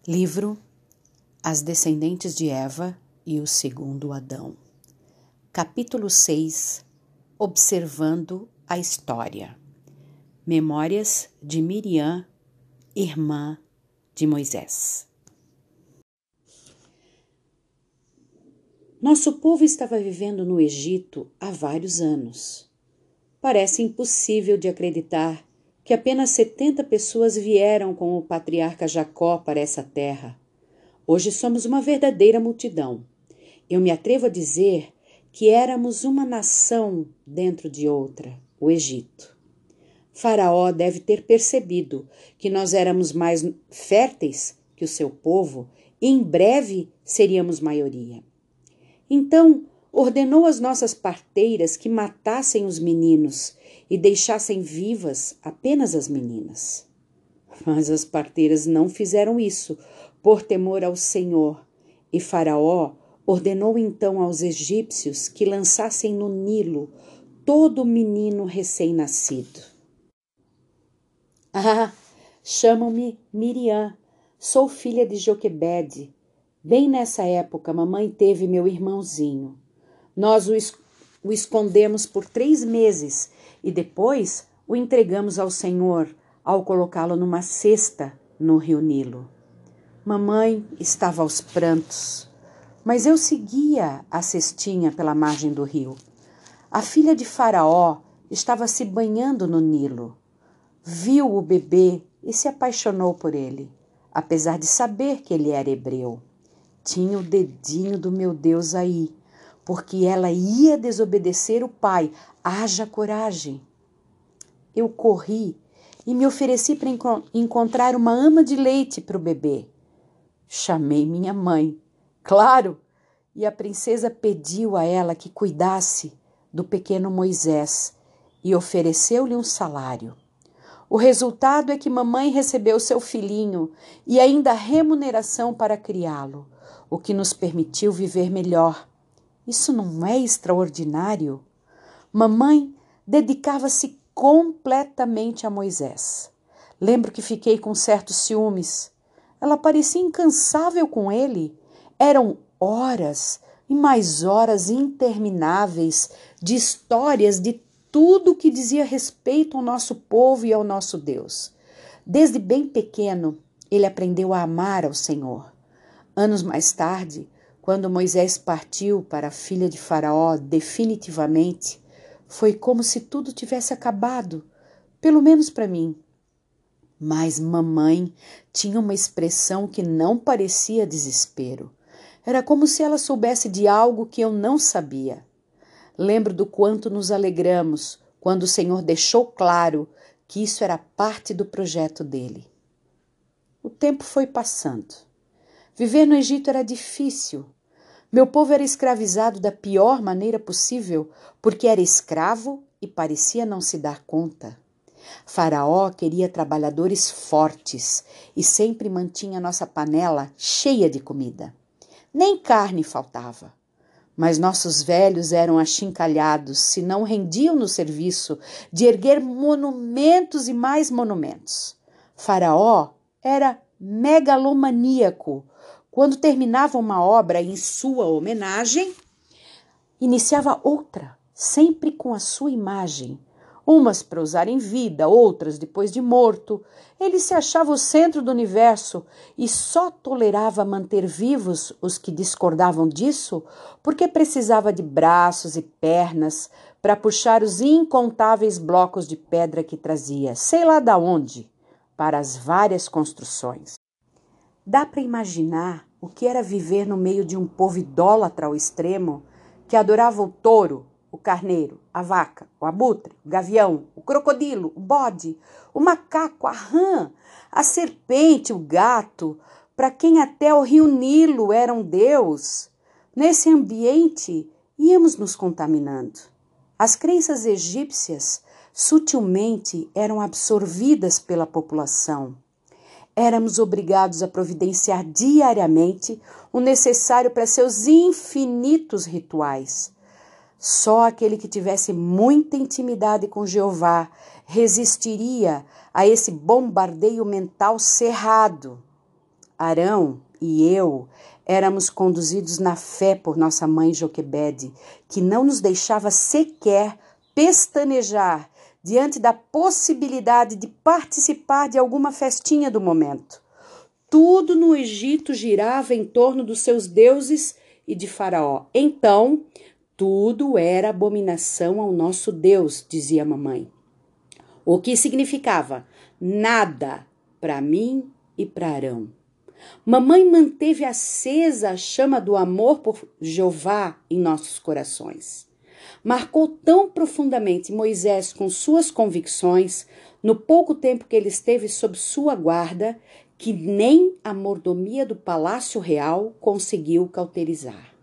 Livro As Descendentes de Eva e o Segundo Adão. Capítulo 6. Observando a História. Memórias de Miriam, irmã de Moisés. Nosso povo estava vivendo no Egito há vários anos. Parece impossível de acreditar que apenas 70 pessoas vieram com o patriarca Jacó para essa terra. Hoje somos uma verdadeira multidão. Eu me atrevo a dizer que éramos uma nação dentro de outra, o Egito. Faraó deve ter percebido que nós éramos mais férteis que o seu povo e em breve seríamos maioria. Então, ordenou às nossas parteiras que matassem os meninos e deixassem vivas apenas as meninas. Mas as parteiras não fizeram isso, por temor ao Senhor, e Faraó ordenou então aos egípcios que lançassem no Nilo todo menino recém-nascido. Chamam-me Miriam, sou filha de Joquebede. Bem nessa época, mamãe teve meu irmãozinho. Nós o escondemos por 3 meses e depois o entregamos ao Senhor ao colocá-lo numa cesta no rio Nilo. Mamãe estava aos prantos, mas eu seguia a cestinha pela margem do rio. A filha de Faraó estava se banhando no Nilo. Viu o bebê e se apaixonou por ele, apesar de saber que ele era hebreu. Tinha o dedinho do meu Deus aí, porque ela ia desobedecer o pai. Haja coragem! Eu corri e me ofereci para encontrar uma ama de leite para o bebê. Chamei minha mãe, claro, e a princesa pediu a ela que cuidasse do pequeno Moisés e ofereceu-lhe um salário. O resultado é que mamãe recebeu seu filhinho e ainda remuneração para criá-lo, o que nos permitiu viver melhor. Isso não é extraordinário? Mamãe dedicava-se completamente a Moisés. Lembro que fiquei com certos ciúmes. Ela parecia incansável com ele. Eram horas e mais horas intermináveis de histórias de tudo que dizia respeito ao nosso povo e ao nosso Deus. Desde bem pequeno, ele aprendeu a amar ao Senhor. Anos mais tarde, quando Moisés partiu para a filha de Faraó definitivamente, foi como se tudo tivesse acabado, pelo menos para mim. Mas mamãe tinha uma expressão que não parecia desespero. Era como se ela soubesse de algo que eu não sabia. Lembro do quanto nos alegramos quando o Senhor deixou claro que isso era parte do projeto dele. O tempo foi passando. Viver no Egito era difícil. Meu povo era escravizado da pior maneira possível, porque era escravo e parecia não se dar conta. Faraó queria trabalhadores fortes e sempre mantinha nossa panela cheia de comida. Nem carne faltava. Mas nossos velhos eram achincalhados se não rendiam no serviço de erguer monumentos e mais monumentos. Faraó era megalomaníaco. Quando terminava uma obra em sua homenagem, iniciava outra, sempre com a sua imagem. Umas para usar em vida, outras depois de morto. Ele se achava o centro do universo e só tolerava manter vivos os que discordavam disso porque precisava de braços e pernas para puxar os incontáveis blocos de pedra que trazia, sei lá de onde, para as várias construções. Dá para imaginar o que era viver no meio de um povo idólatra ao extremo que adorava o touro, o carneiro, a vaca, o abutre, o gavião, o crocodilo, o bode, o macaco, a rã, a serpente, o gato, para quem até o rio Nilo era um deus. Nesse ambiente, íamos nos contaminando. As crenças egípcias sutilmente eram absorvidas pela população. Éramos obrigados a providenciar diariamente o necessário para seus infinitos rituais. Só aquele que tivesse muita intimidade com Jeová resistiria a esse bombardeio mental cerrado. Arão e eu éramos conduzidos na fé por nossa mãe Joquebede, que não nos deixava sequer pestanejar diante da possibilidade de participar de alguma festinha do momento. Tudo no Egito girava em torno dos seus deuses e de Faraó. Então, tudo era abominação ao nosso Deus, dizia a mamãe. O que significava nada para mim e para Arão. Mamãe manteve acesa a chama do amor por Jeová em nossos corações. Marcou tão profundamente Moisés com suas convicções, no pouco tempo que ele esteve sob sua guarda, que nem a mordomia do Palácio Real conseguiu cauterizar.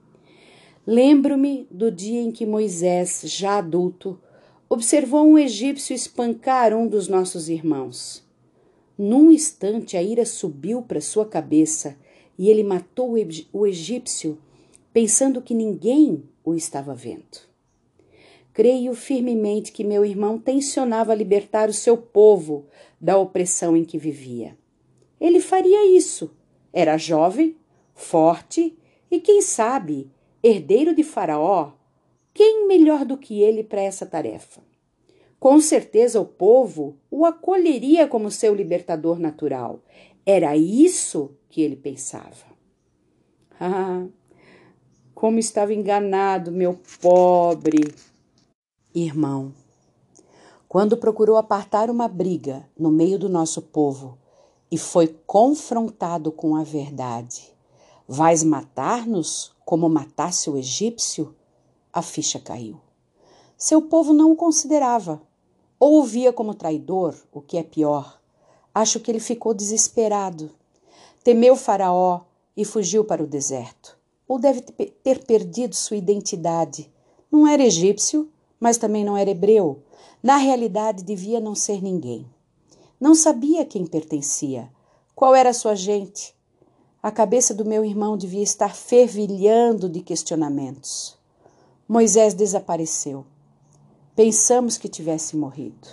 Lembro-me do dia em que Moisés, já adulto, observou um egípcio espancar um dos nossos irmãos. Num instante a ira subiu para sua cabeça e ele matou o egípcio, pensando que ninguém o estava vendo. Creio firmemente que meu irmão tencionava libertar o seu povo da opressão em que vivia. Ele faria isso. Era jovem, forte e, quem sabe, herdeiro de Faraó. Quem melhor do que ele para essa tarefa? Com certeza o povo o acolheria como seu libertador natural. Era isso que ele pensava. Ah, como estava enganado, meu pobre irmão. Quando procurou apartar uma briga no meio do nosso povo e foi confrontado com a verdade, vais matar-nos como matasse o egípcio? A ficha caiu. Seu povo não o considerava, ou o via como traidor, o que é pior. Acho que ele ficou desesperado. Temeu Faraó e fugiu para o deserto. Ou deve ter perdido sua identidade. Não era egípcio, mas também não era hebreu. Na realidade, devia não ser ninguém. Não sabia a quem pertencia, qual era a sua gente. A cabeça do meu irmão devia estar fervilhando de questionamentos. Moisés desapareceu. Pensamos que tivesse morrido.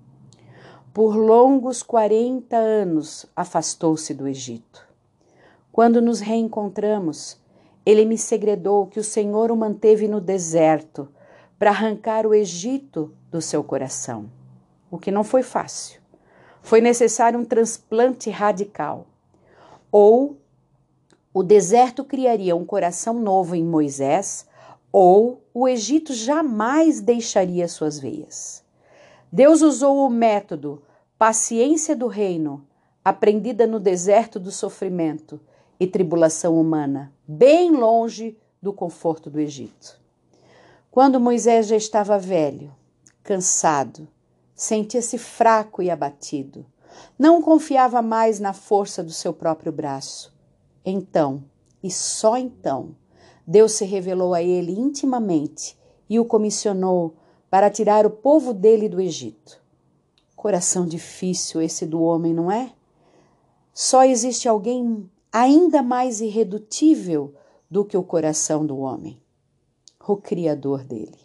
Por longos 40 anos afastou-se do Egito. Quando nos reencontramos, ele me segredou que o Senhor o manteve no deserto para arrancar o Egito do seu coração, o que não foi fácil. Foi necessário um transplante radical. Ou o deserto criaria um coração novo em Moisés, ou o Egito jamais deixaria suas veias. Deus usou o método paciência do reino, aprendida no deserto do sofrimento e tribulação humana, bem longe do conforto do Egito. Quando Moisés já estava velho, cansado, sentia-se fraco e abatido, não confiava mais na força do seu próprio braço. Então, e só então, Deus se revelou a ele intimamente e o comissionou para tirar o povo dele do Egito. Coração difícil esse do homem, não é? Só existe alguém ainda mais irredutível do que o coração do homem, o Criador dele.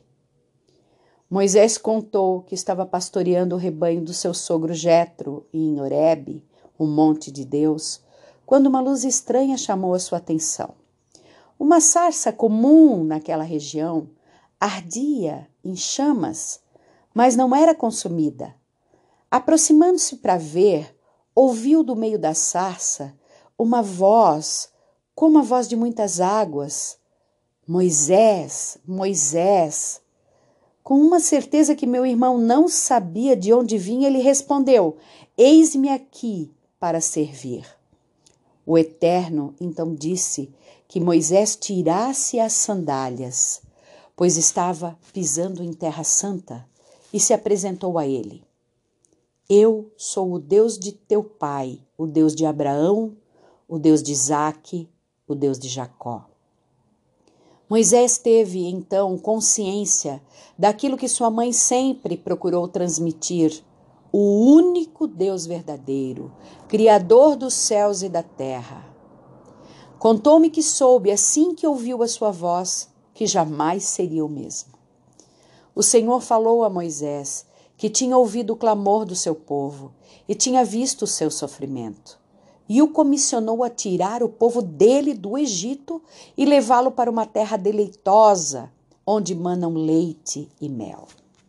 Moisés contou que estava pastoreando o rebanho do seu sogro Jetro em Horebe, o monte de Deus, quando uma luz estranha chamou a sua atenção. Uma sarça comum naquela região ardia em chamas, mas não era consumida. Aproximando-se para ver, ouviu do meio da sarça uma voz, como a voz de muitas águas. Moisés, Moisés. Com uma certeza que meu irmão não sabia de onde vinha, ele respondeu: eis-me aqui para servir. O Eterno então disse que Moisés tirasse as sandálias, pois estava pisando em terra santa, e se apresentou a ele. Eu sou o Deus de teu pai, o Deus de Abraão, o Deus de Isaque, o Deus de Jacó. Moisés teve, então, consciência daquilo que sua mãe sempre procurou transmitir: o único Deus verdadeiro, Criador dos céus e da terra. Contou-me que soube, assim que ouviu a sua voz, que jamais seria o mesmo. O Senhor falou a Moisés que tinha ouvido o clamor do seu povo e tinha visto o seu sofrimento. e o comissionou a tirar o povo dele do Egito e levá-lo para uma terra deleitosa, onde manam leite e mel.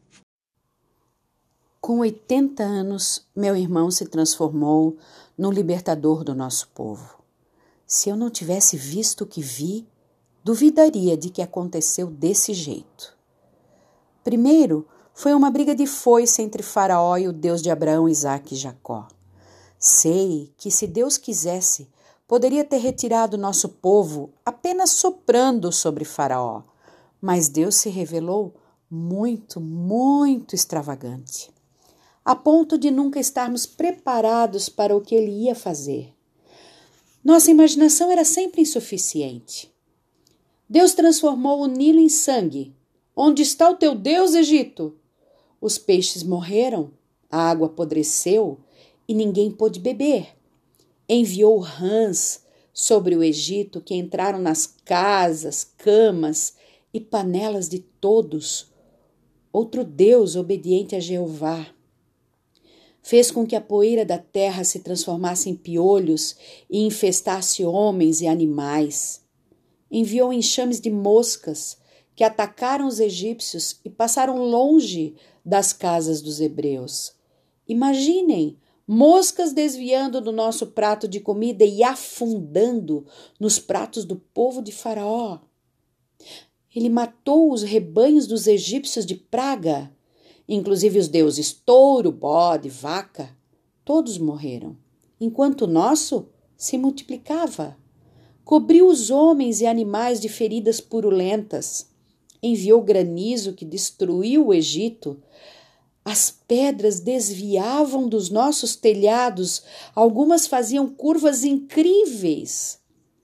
Com 80 anos, meu irmão se transformou no libertador do nosso povo. Se eu não tivesse visto o que vi, duvidaria de que aconteceu desse jeito. Primeiro, foi uma briga de foice entre Faraó e o Deus de Abraão, Isaque e Jacó. Sei que, se Deus quisesse, poderia ter retirado nosso povo apenas soprando sobre Faraó, mas Deus se revelou muito, muito extravagante, a ponto de nunca estarmos preparados para o que ele ia fazer. Nossa imaginação era sempre insuficiente. Deus transformou o Nilo em sangue. Onde está o teu Deus, Egito? Os peixes morreram, a água apodreceu e ninguém pôde beber. Enviou rãs sobre o Egito que entraram nas casas, camas e panelas de todos. Outro Deus obediente a Jeová. Fez com que a poeira da terra se transformasse em piolhos e infestasse homens e animais. Enviou enxames de moscas que atacaram os egípcios e passaram longe das casas dos hebreus. Imaginem, moscas desviando do nosso prato de comida e afundando nos pratos do povo de Faraó. Ele matou os rebanhos dos egípcios de praga, inclusive os deuses touro, bode, vaca. Todos morreram, enquanto o nosso se multiplicava. Cobriu os homens e animais de feridas purulentas. Enviou granizo que destruiu o Egito. As pedras desviavam dos nossos telhados, algumas faziam curvas incríveis.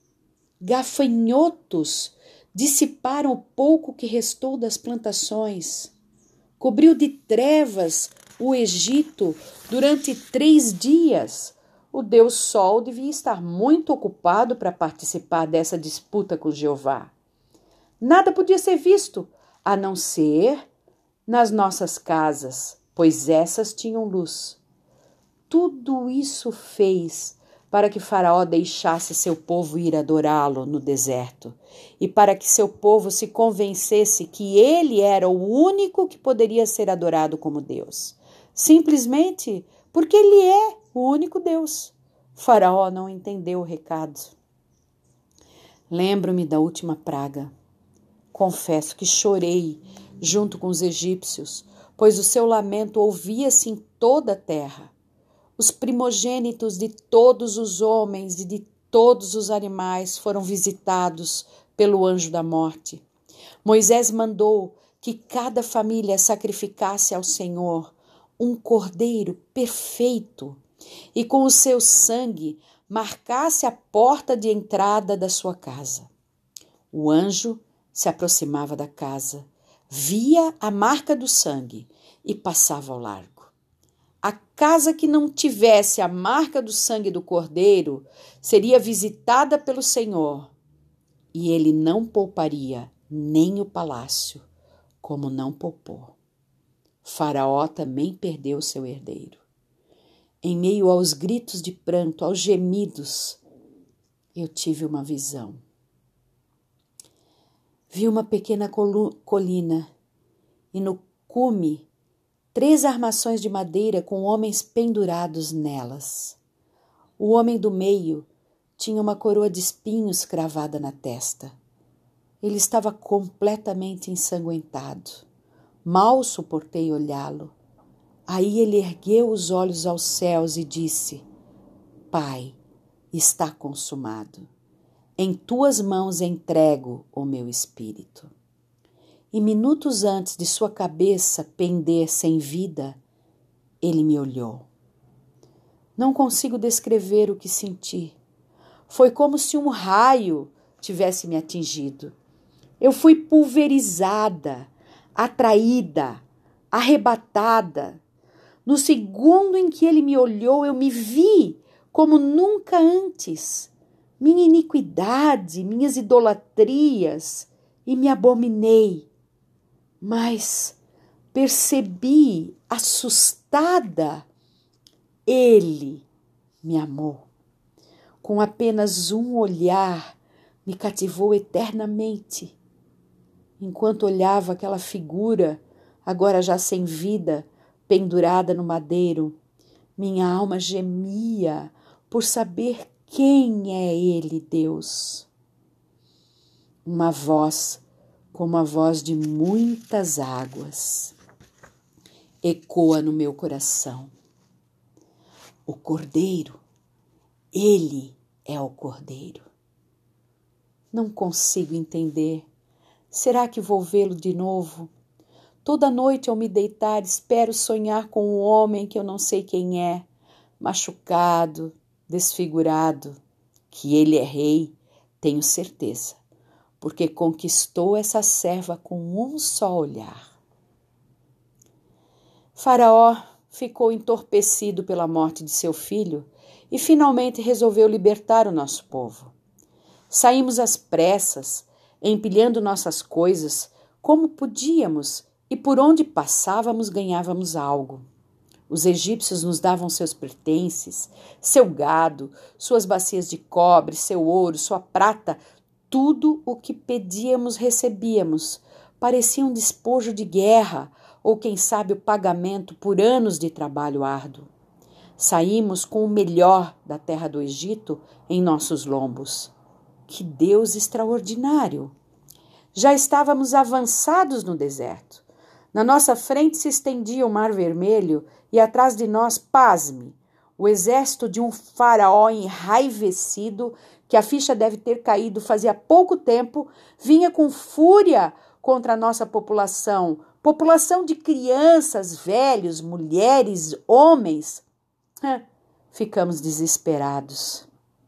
Gafanhotos dissiparam o pouco que restou das plantações. Cobriu de trevas o Egito durante 3 dias. O Deus Sol devia estar muito ocupado para participar dessa disputa com Jeová. Nada podia ser visto, a não ser nas nossas casas, pois essas tinham luz. Tudo isso fez para que Faraó deixasse seu povo ir adorá-lo no deserto e para que seu povo se convencesse que ele era o único que poderia ser adorado como Deus, simplesmente porque ele é o único Deus. Faraó não entendeu o recado. Lembro-me da última praga. Confesso que chorei junto com os egípcios, pois o seu lamento ouvia-se em toda a terra. Os primogênitos de todos os homens e de todos os animais foram visitados pelo anjo da morte. Moisés mandou que cada família sacrificasse ao Senhor um cordeiro perfeito e com o seu sangue marcasse a porta de entrada da sua casa. O anjo se aproximava da casa, via a marca do sangue e passava ao largo. A casa que não tivesse a marca do sangue do cordeiro seria visitada pelo Senhor, e ele não pouparia nem o palácio, como não poupou. Faraó também perdeu seu herdeiro. Em meio aos gritos de pranto, aos gemidos, eu tive uma visão. Vi uma pequena colina e no cume 3 armações de madeira com homens pendurados nelas. O homem do meio tinha uma coroa de espinhos cravada na testa. Ele estava completamente ensanguentado. Mal suportei olhá-lo. Aí ele ergueu os olhos aos céus e disse: Pai, está consumado. Em tuas mãos entrego o meu espírito. E minutos antes de sua cabeça pender sem vida, ele me olhou. Não consigo descrever o que senti. Foi como se um raio tivesse me atingido. Eu fui pulverizada, atraída, arrebatada. No segundo em que ele me olhou, eu me vi como nunca antes. Minha iniquidade, minhas idolatrias, e me abominei. Mas percebi, assustada, ele me amou. com apenas um olhar, me cativou eternamente. Enquanto olhava aquela figura, agora já sem vida, pendurada no madeiro, minha alma gemia por saber quem é Ele, Deus. Uma voz, como a voz de muitas águas, ecoa no meu coração. O Cordeiro, Ele é o Cordeiro. Não consigo entender. Será que vou vê-lo de novo? Toda noite ao me deitar espero sonhar com um homem que eu não sei quem é, machucado, desfigurado. Que ele é rei, tenho certeza, porque conquistou essa serva com um só olhar. Faraó ficou entorpecido pela morte de seu filho e finalmente resolveu libertar o nosso povo. Saímos às pressas, empilhando nossas coisas como podíamos e por onde passávamos ganhávamos algo. Os egípcios nos davam seus pertences, seu gado, suas bacias de cobre, seu ouro, sua prata, tudo o que pedíamos recebíamos. Parecia um despojo de guerra ou, quem sabe, o pagamento por anos de trabalho árduo. Saímos com o melhor da terra do Egito em nossos lombos. Que Deus extraordinário! Já estávamos avançados no deserto. Na nossa frente se estendia o Mar Vermelho e atrás de nós, pasme, o exército de um faraó enraivecido, que a ficha deve ter caído fazia pouco tempo, vinha com fúria contra a nossa população de crianças, velhos, mulheres, homens. Ficamos desesperados.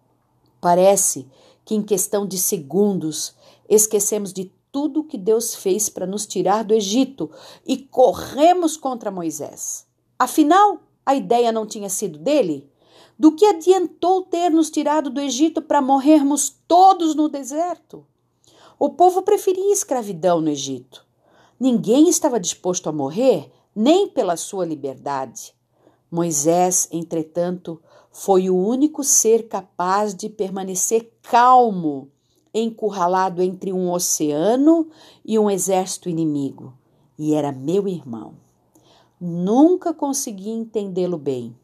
Parece que em questão de segundos esquecemos de tudo o que Deus fez para nos tirar do Egito e corremos contra Moisés. Afinal, a ideia não tinha sido dele? Do que adiantou ter nos tirado do Egito para morrermos todos no deserto? O povo preferia escravidão no Egito. Ninguém estava disposto a morrer, nem pela sua liberdade. Moisés, entretanto, foi o único ser capaz de permanecer calmo, encurralado entre um oceano e um exército inimigo. E era meu irmão. Nunca consegui entendê-lo bem.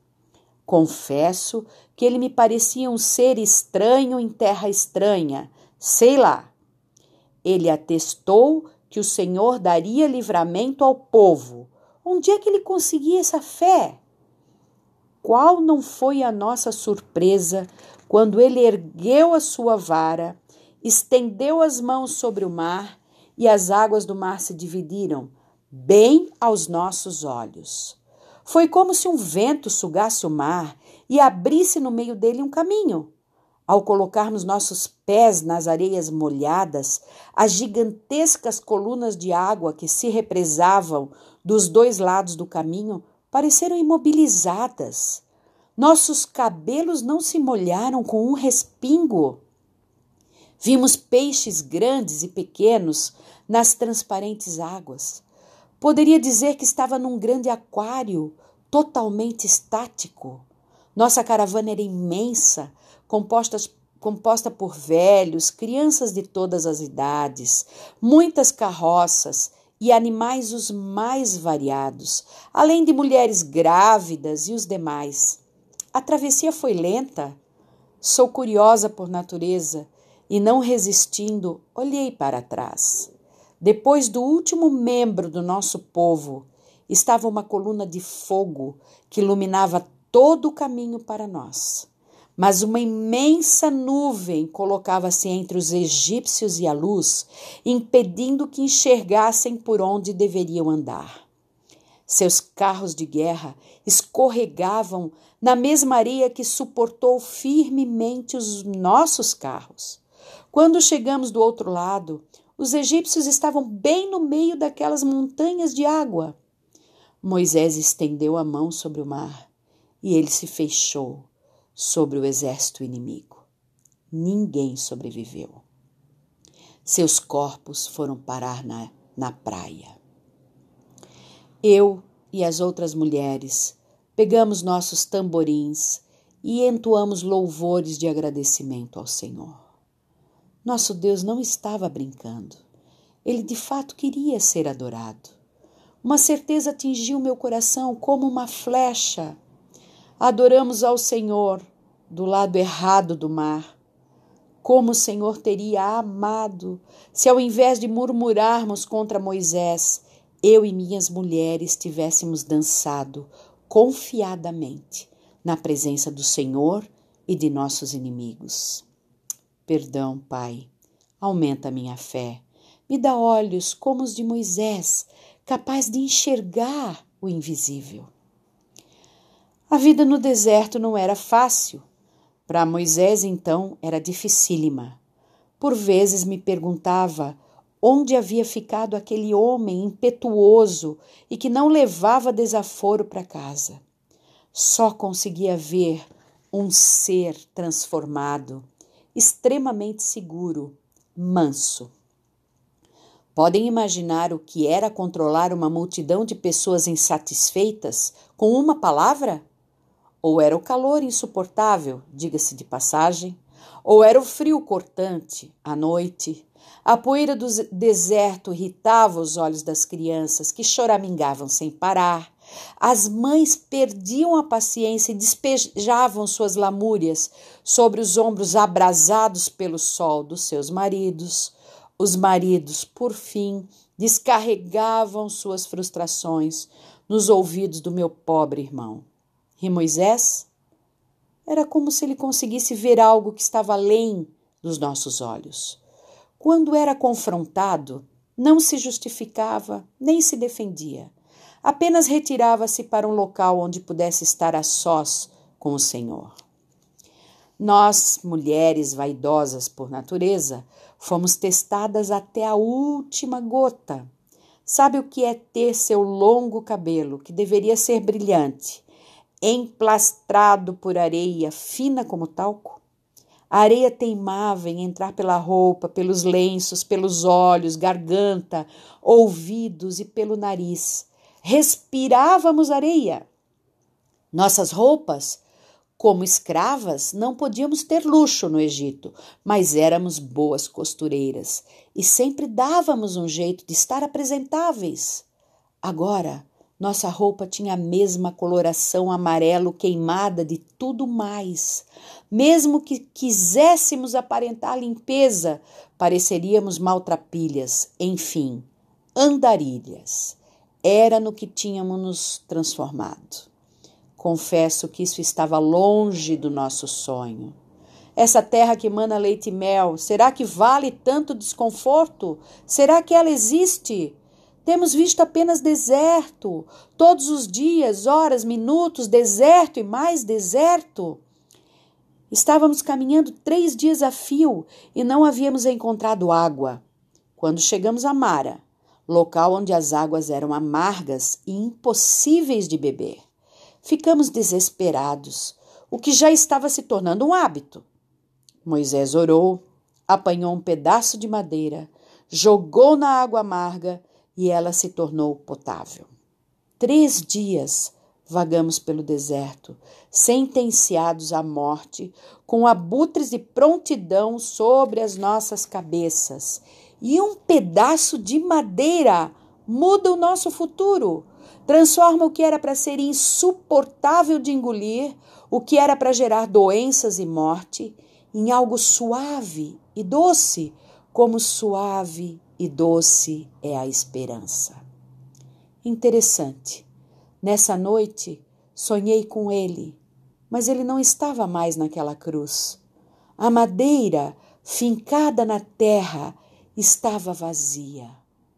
Confesso que ele me parecia um ser estranho em terra estranha. Sei lá. Ele atestou que o Senhor daria livramento ao povo. Onde é que ele conseguia essa fé? Qual não foi a nossa surpresa quando ele ergueu a sua vara, estendeu as mãos sobre o mar e as águas do mar se dividiram, bem aos nossos olhos. Foi como se um vento sugasse o mar e abrisse no meio dele um caminho. Ao colocarmos nossos pés nas areias molhadas, as gigantescas colunas de água que se represavam dos dois lados do caminho pareceram imobilizadas. Nossos cabelos não se molharam com um respingo. Vimos peixes grandes e pequenos nas transparentes águas. Poderia dizer que estava num grande aquário, totalmente estático. Nossa caravana era imensa, composta por velhos, crianças de todas as idades, muitas carroças e animais os mais variados, além de mulheres grávidas e os demais. A travessia foi lenta. Sou curiosa por natureza e, não resistindo, olhei para trás. Depois do último membro do nosso povo, estava uma coluna de fogo que iluminava todo o caminho para nós. Mas uma imensa nuvem colocava-se entre os egípcios e a luz, impedindo que enxergassem por onde deveriam andar. Seus carros de guerra escorregavam na mesma areia que suportou firmemente os nossos carros. Quando chegamos do outro lado, os egípcios estavam bem no meio daquelas montanhas de água. Moisés estendeu a mão sobre o mar e ele se fechou sobre o exército inimigo. Ninguém sobreviveu. Seus corpos foram parar na praia. Eu e as outras mulheres pegamos nossos tamborins e entoamos louvores de agradecimento ao Senhor. Nosso Deus não estava brincando. Ele de fato queria ser adorado. Uma certeza atingiu meu coração como uma flecha. Adoramos ao Senhor do lado errado do mar. Como o Senhor teria amado se, ao invés de murmurarmos contra Moisés, eu e minhas mulheres tivéssemos dançado confiadamente na presença do Senhor e de nossos inimigos. Perdão, Pai, aumenta a minha fé. Me dá olhos como os de Moisés, capaz de enxergar o invisível. A vida no deserto não era fácil. Para Moisés, então, era dificílima. Por vezes me perguntava onde havia ficado aquele homem impetuoso e que não levava desaforo para casa. Só conseguia ver um ser transformado, extremamente seguro, manso. Podem imaginar o que era controlar uma multidão de pessoas insatisfeitas com uma palavra? Ou era o calor insuportável, diga-se de passagem, ou era o frio cortante à noite. A poeira do deserto irritava os olhos das crianças, que choramingavam sem parar. As mães perdiam a paciência e despejavam suas lamúrias sobre os ombros abrasados pelo sol dos seus maridos. Os maridos, por fim, descarregavam suas frustrações nos ouvidos do meu pobre irmão. E Moisés? Era como se ele conseguisse ver algo que estava além dos nossos olhos. Quando era confrontado, não se justificava nem se defendia. Apenas retirava-se para um local onde pudesse estar a sós com o Senhor. Nós, mulheres vaidosas por natureza, fomos testadas até a última gota. Sabe o que é ter seu longo cabelo, que deveria ser brilhante, emplastrado por areia fina como talco? A areia teimava em entrar pela roupa, pelos lenços, pelos olhos, garganta, ouvidos e pelo nariz. Respirávamos areia. Nossas roupas, como escravas, não podíamos ter luxo no Egito, mas éramos boas costureiras e sempre dávamos um jeito de estar apresentáveis. Agora, nossa roupa tinha a mesma coloração amarelo queimada de tudo mais. Mesmo que quiséssemos aparentar limpeza, pareceríamos maltrapilhas, enfim, andarilhas. Era no que tínhamos nos transformado. Confesso que isso estava longe do nosso sonho. Essa terra que emana leite e mel, será que vale tanto desconforto? Será que ela existe? Temos visto apenas deserto, todos os dias, horas, minutos, deserto e mais deserto. Estávamos caminhando 3 dias a fio e não havíamos encontrado água. Quando chegamos a Mara, local onde as águas eram amargas e impossíveis de beber, ficamos desesperados, o que já estava se tornando um hábito. Moisés orou, apanhou um pedaço de madeira, jogou na água amarga e ela se tornou potável. 3 dias vagamos pelo deserto, sentenciados à morte, com abutres de prontidão sobre as nossas cabeças. E um pedaço de madeira muda o nosso futuro, transforma o que era para ser insuportável de engolir, o que era para gerar doenças e morte, em algo suave e doce, como suave e doce é a esperança. Interessante. Nessa noite, sonhei com ele, mas ele não estava mais naquela cruz. A madeira, fincada na terra, estava vazia.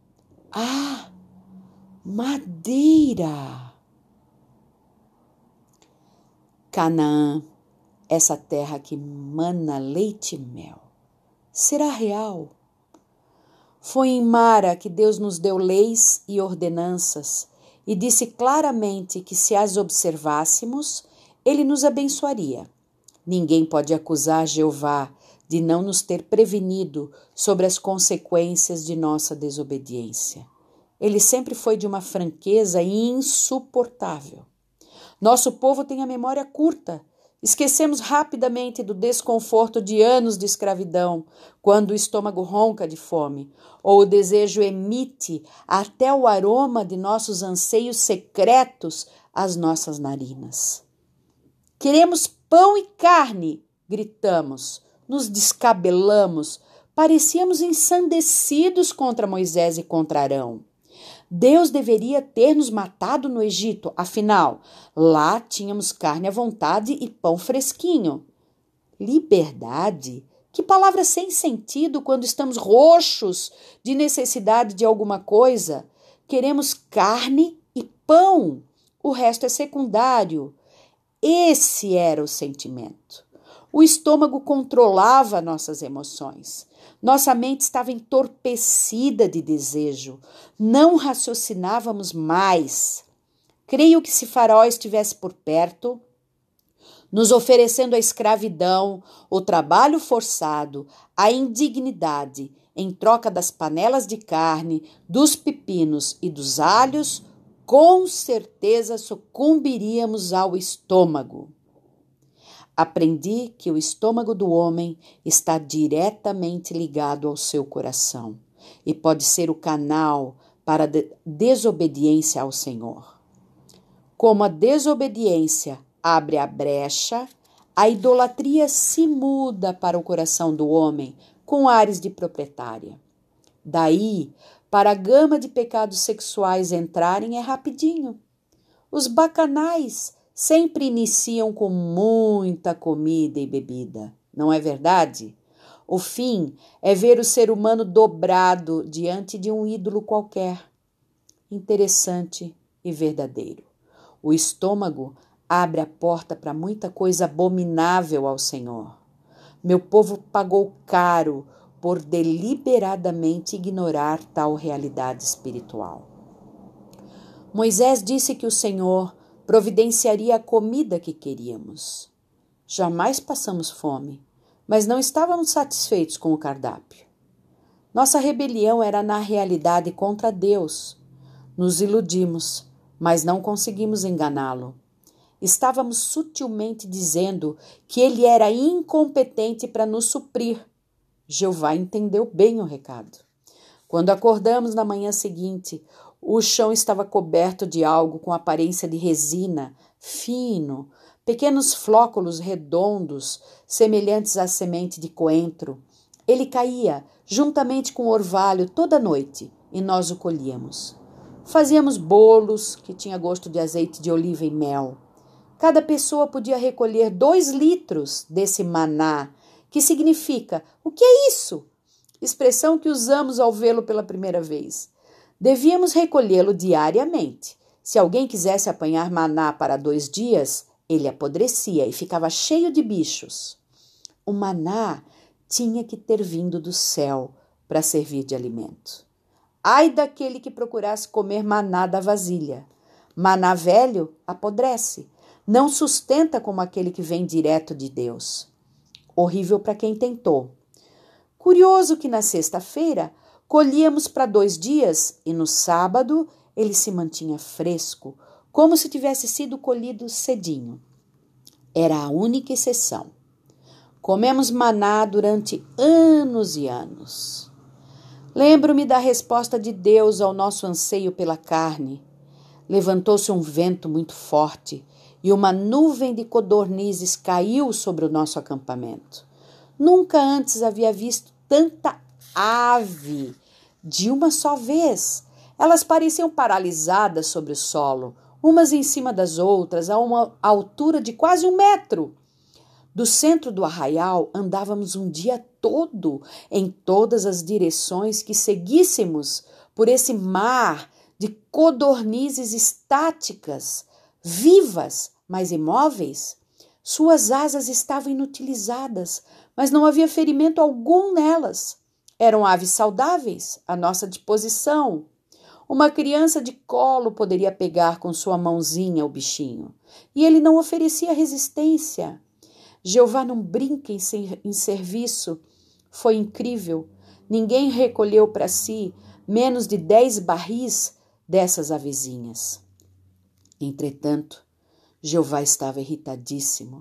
Ah, madeira! Canaã, essa terra que mana leite e mel, será real? Foi em Mara que Deus nos deu leis e ordenanças e disse claramente que se as observássemos, Ele nos abençoaria. Ninguém pode acusar Jeová de não nos ter prevenido sobre as consequências de nossa desobediência. Ele sempre foi de uma franqueza insuportável. Nosso povo tem a memória curta, Esquecemos rapidamente do desconforto de anos de escravidão, quando o estômago ronca de fome, ou o desejo emite até o aroma de nossos anseios secretos às nossas narinas. Queremos pão e carne, gritamos, nos descabelamos, parecíamos ensandecidos contra Moisés e contra Arão. Deus deveria ter nos matado no Egito, afinal, lá tínhamos carne à vontade e pão fresquinho. Liberdade? Que palavra sem sentido quando estamos roxos de necessidade de alguma coisa. Queremos carne e pão. O resto é secundário. Esse era o sentimento. O estômago controlava nossas emoções. Nossa mente estava entorpecida de desejo. Não raciocinávamos mais. Creio que se Faraó estivesse por perto, nos oferecendo a escravidão, o trabalho forçado, a indignidade, em troca das panelas de carne, dos pepinos e dos alhos, com certeza sucumbiríamos ao estômago. Aprendi que o estômago do homem está diretamente ligado ao seu coração e pode ser o canal para a desobediência ao Senhor. Como a desobediência abre a brecha, a idolatria se muda para o coração do homem com ares de proprietária. Daí, para a gama de pecados sexuais entrarem é rapidinho. Os bacanais sempre iniciam com muita comida e bebida, não é verdade? O fim é ver o ser humano dobrado diante de um ídolo qualquer. Interessante e verdadeiro. O estômago abre a porta para muita coisa abominável ao Senhor. Meu povo pagou caro por deliberadamente ignorar tal realidade espiritual. Moisés disse que o Senhor providenciaria a comida que queríamos. Jamais passamos fome, mas não estávamos satisfeitos com o cardápio. Nossa rebelião era na realidade contra Deus. Nos iludimos, mas não conseguimos enganá-lo. Estávamos sutilmente dizendo que ele era incompetente para nos suprir. Jeová entendeu bem o recado. Quando acordamos na manhã seguinte, o chão estava coberto de algo com aparência de resina, fino, pequenos flóculos redondos, semelhantes à semente de coentro. Ele caía, juntamente com o orvalho, toda noite, e nós o colhíamos. Fazíamos bolos, que tinha gosto de azeite de oliva e mel. Cada pessoa podia recolher 2 litros desse maná, que significa, o que é isso? Expressão que usamos ao vê-lo pela primeira vez. Devíamos recolhê-lo diariamente. Se alguém quisesse apanhar maná para 2 dias, ele apodrecia e ficava cheio de bichos. O maná tinha que ter vindo do céu para servir de alimento. Ai daquele que procurasse comer maná da vasilha. Maná velho apodrece, não sustenta como aquele que vem direto de Deus. Horrível para quem tentou. Curioso que na sexta-feira colhíamos para 2 dias e no sábado ele se mantinha fresco, como se tivesse sido colhido cedinho. Era a única exceção. Comemos maná durante anos e anos. Lembro-me da resposta de Deus ao nosso anseio pela carne. Levantou-se um vento muito forte e uma nuvem de codornizes caiu sobre o nosso acampamento. Nunca antes havia visto tanta ave de uma só vez. Elas pareciam paralisadas sobre o solo, umas em cima das outras, a uma altura de quase 1 metro. Do centro do arraial andávamos um dia todo em todas as direções que seguíssemos por esse mar de codornizes estáticas, vivas, mas imóveis. Suas asas estavam inutilizadas, mas não havia ferimento algum nelas. Eram aves saudáveis, à nossa disposição. Uma criança de colo poderia pegar com sua mãozinha o bichinho, e ele não oferecia resistência. Jeová não brinca em serviço. Foi incrível. Ninguém recolheu para si menos de 10 barris dessas avezinhas. Entretanto, Jeová estava irritadíssimo.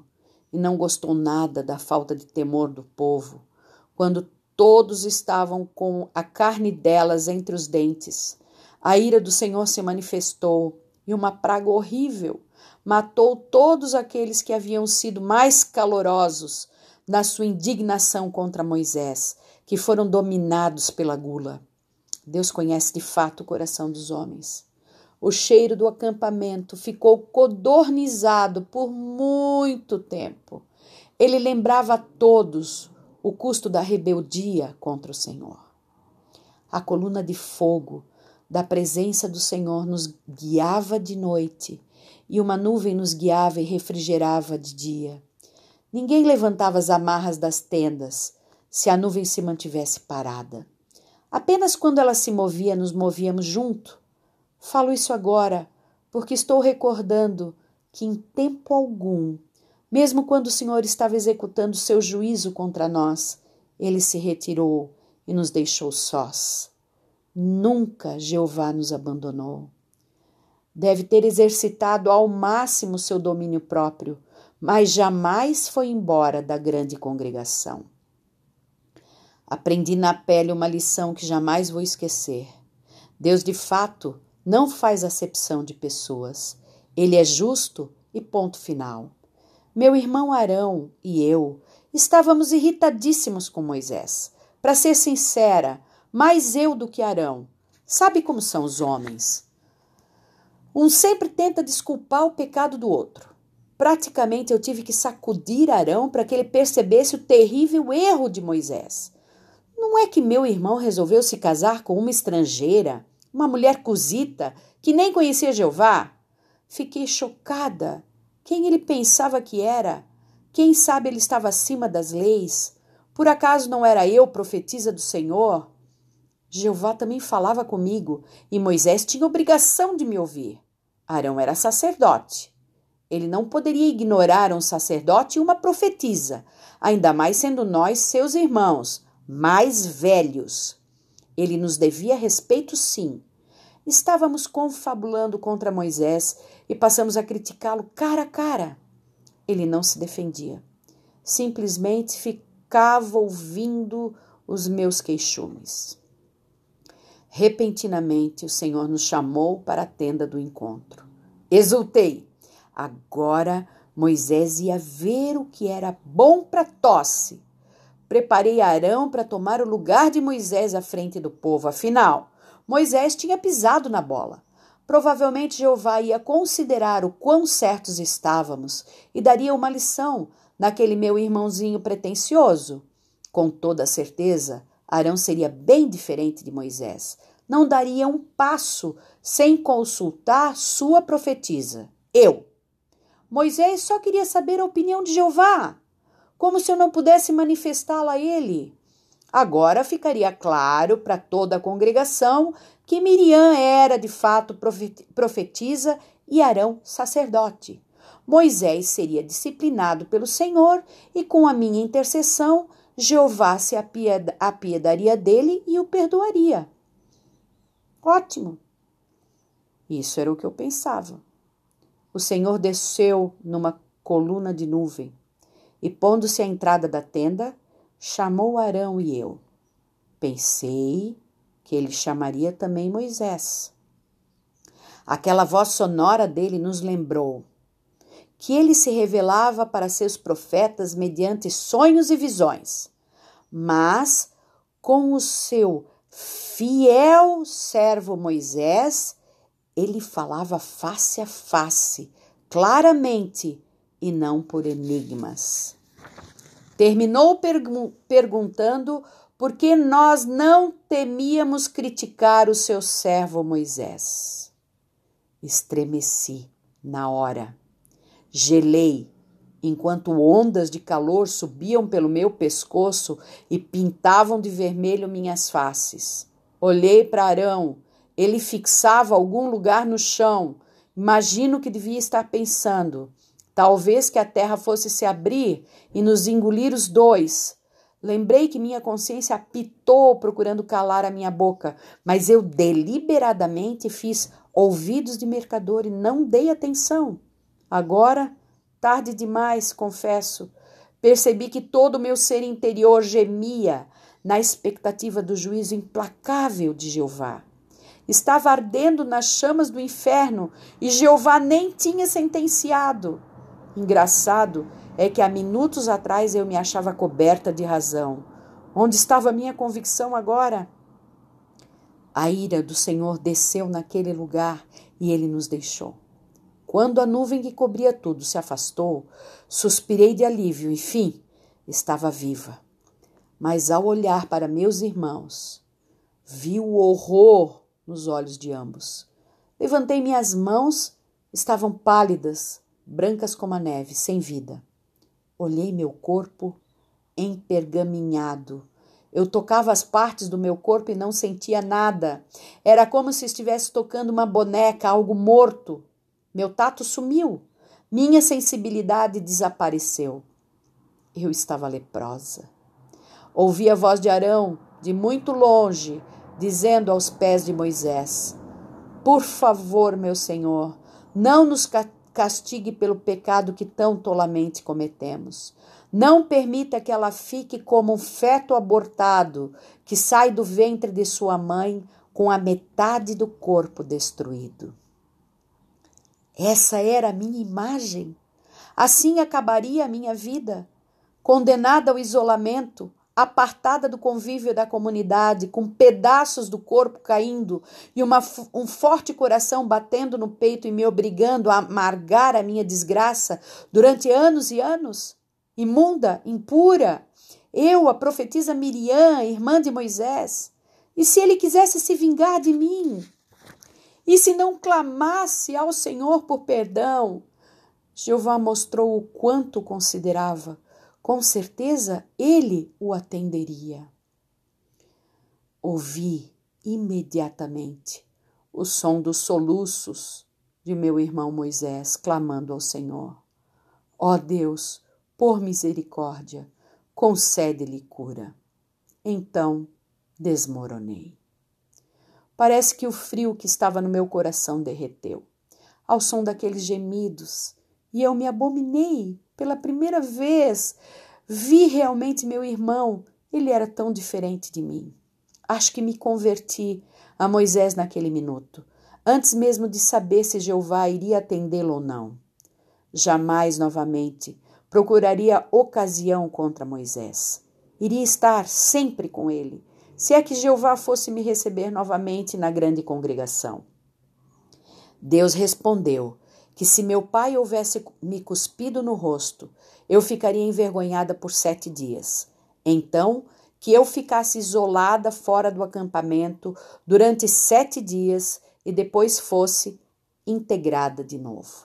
e não gostou nada da falta de temor do povo, quando todos estavam com a carne delas entre os dentes. A ira do Senhor se manifestou e uma praga horrível matou todos aqueles que haviam sido mais calorosos na sua indignação contra Moisés, que foram dominados pela gula. Deus conhece de fato o coração dos homens. O cheiro do acampamento ficou codornizado por muito tempo. Ele lembrava a todos o custo da rebeldia contra o Senhor. A coluna de fogo da presença do Senhor nos guiava de noite, e uma nuvem nos guiava e refrigerava de dia. Ninguém levantava as amarras das tendas se a nuvem se mantivesse parada. Apenas quando ela se movia, nos movíamos junto. Falo isso agora porque estou recordando que em tempo algum, mesmo quando o Senhor estava executando seu juízo contra nós, ele se retirou e nos deixou sós. Nunca Jeová nos abandonou. Deve ter exercitado ao máximo seu domínio próprio, mas jamais foi embora da grande congregação. Aprendi na pele uma lição que jamais vou esquecer. Deus, de fato, não faz acepção de pessoas. Ele é justo e ponto final. Meu irmão Arão e eu estávamos irritadíssimos com Moisés. Para ser sincera, mais eu do que Arão. Sabe como são os homens? Um sempre tenta desculpar o pecado do outro. Praticamente eu tive que sacudir Arão para que ele percebesse o terrível erro de Moisés. Não é que meu irmão resolveu se casar com uma estrangeira, uma mulher cusita, que nem conhecia Jeová? Fiquei chocada. Quem ele pensava que era? Quem sabe ele estava acima das leis? Por acaso não era eu profetisa do Senhor? Jeová também falava comigo e Moisés tinha obrigação de me ouvir. Arão era sacerdote. Ele não poderia ignorar um sacerdote e uma profetisa, ainda mais sendo nós seus irmãos, mais velhos. Ele nos devia respeito, sim. Estávamos confabulando contra Moisés e passamos a criticá-lo cara a cara. Ele não se defendia. Simplesmente ficava ouvindo os meus queixumes. Repentinamente, o Senhor nos chamou para a tenda do encontro. Exultei. Agora Moisés ia ver o que era bom para tosse. Preparei Arão para tomar o lugar de Moisés à frente do povo. Afinal, Moisés tinha pisado na bola. Provavelmente Jeová ia considerar o quão certos estávamos e daria uma lição naquele meu irmãozinho pretensioso. Com toda certeza, Arão seria bem diferente de Moisés. Não daria um passo sem consultar sua profetisa, eu. Moisés só queria saber a opinião de Jeová, como se eu não pudesse manifestá-la a ele. Agora ficaria claro para toda a congregação que Miriam era de fato profetisa e Arão sacerdote. Moisés seria disciplinado pelo Senhor e com a minha intercessão, Jeová se apiedaria dele e o perdoaria. Ótimo! Isso era o que eu pensava. O Senhor desceu numa coluna de nuvem e, pondo-se à entrada da tenda, chamou Arão e eu. Pensei que ele chamaria também Moisés. Aquela voz sonora dele nos lembrou que ele se revelava para seus profetas mediante sonhos e visões, mas com o seu fiel servo Moisés, ele falava face a face, claramente, e não por enigmas. Terminou perguntando por que nós não temíamos criticar o seu servo Moisés. Estremeci na hora. Gelei, enquanto ondas de calor subiam pelo meu pescoço e pintavam de vermelho minhas faces. Olhei para Arão. Ele fixava algum lugar no chão. Imagino que devia estar pensando. Talvez que a terra fosse se abrir e nos engolir os dois. Lembrei que minha consciência apitou procurando calar a minha boca, mas eu deliberadamente fiz ouvidos de mercador e não dei atenção. Agora Tarde demais, confesso. Percebi que todo o meu ser interior gemia na expectativa do juízo implacável de Jeová. Estava ardendo nas chamas do inferno e Jeová nem tinha sentenciado. Engraçado é que há minutos atrás eu me achava coberta de razão. Onde estava a minha convicção agora? A ira do Senhor desceu naquele lugar e ele nos deixou. Quando a nuvem que cobria tudo se afastou, suspirei de alívio, enfim, estava viva. Mas ao olhar para meus irmãos, vi o horror nos olhos de ambos. Levantei minhas mãos, estavam pálidas, brancas como a neve, sem vida. Olhei meu corpo empergaminhado. Eu tocava as partes do meu corpo e não sentia nada. Era como se estivesse tocando uma boneca, algo morto. Meu tato sumiu. Minha sensibilidade desapareceu. Eu estava leprosa. Ouvi a voz de Arão, de muito longe, dizendo aos pés de Moisés: Por favor, meu Senhor, não nos castigue pelo pecado que tão tolamente cometemos. Não permita que ela fique como um feto abortado que sai do ventre de sua mãe com a metade do corpo destruído. Essa era a minha imagem. Assim acabaria a minha vida, condenada ao isolamento, apartada do convívio da comunidade, com pedaços do corpo caindo e um forte coração batendo no peito e me obrigando a amargar a minha desgraça durante anos e anos. Imunda, impura, eu, a profetisa Miriam, irmã de Moisés. E se ele quisesse se vingar de mim? E se não clamasse ao Senhor por perdão? Jeová mostrou o quanto o considerava. Com certeza ele o atenderia. Ouvi imediatamente o som dos soluços de meu irmão Moisés clamando ao Senhor. Ó Deus, por misericórdia, concede-lhe cura. Então desmoronei. Parece que o frio que estava no meu coração derreteu, ao som daqueles gemidos, e eu me abominei. Pela primeira vez, vi realmente meu irmão. Ele era tão diferente de mim. Acho que me converti a Moisés naquele minuto, antes mesmo de saber se Jeová iria atendê-lo ou não. Jamais novamente procuraria ocasião contra Moisés. Iria estar sempre com ele, se é que Jeová fosse me receber novamente na grande congregação. Deus respondeu que se meu pai houvesse me cuspido no rosto, eu ficaria envergonhada por 7 dias. Então, que eu ficasse isolada fora do acampamento durante 7 dias e depois fosse integrada de novo.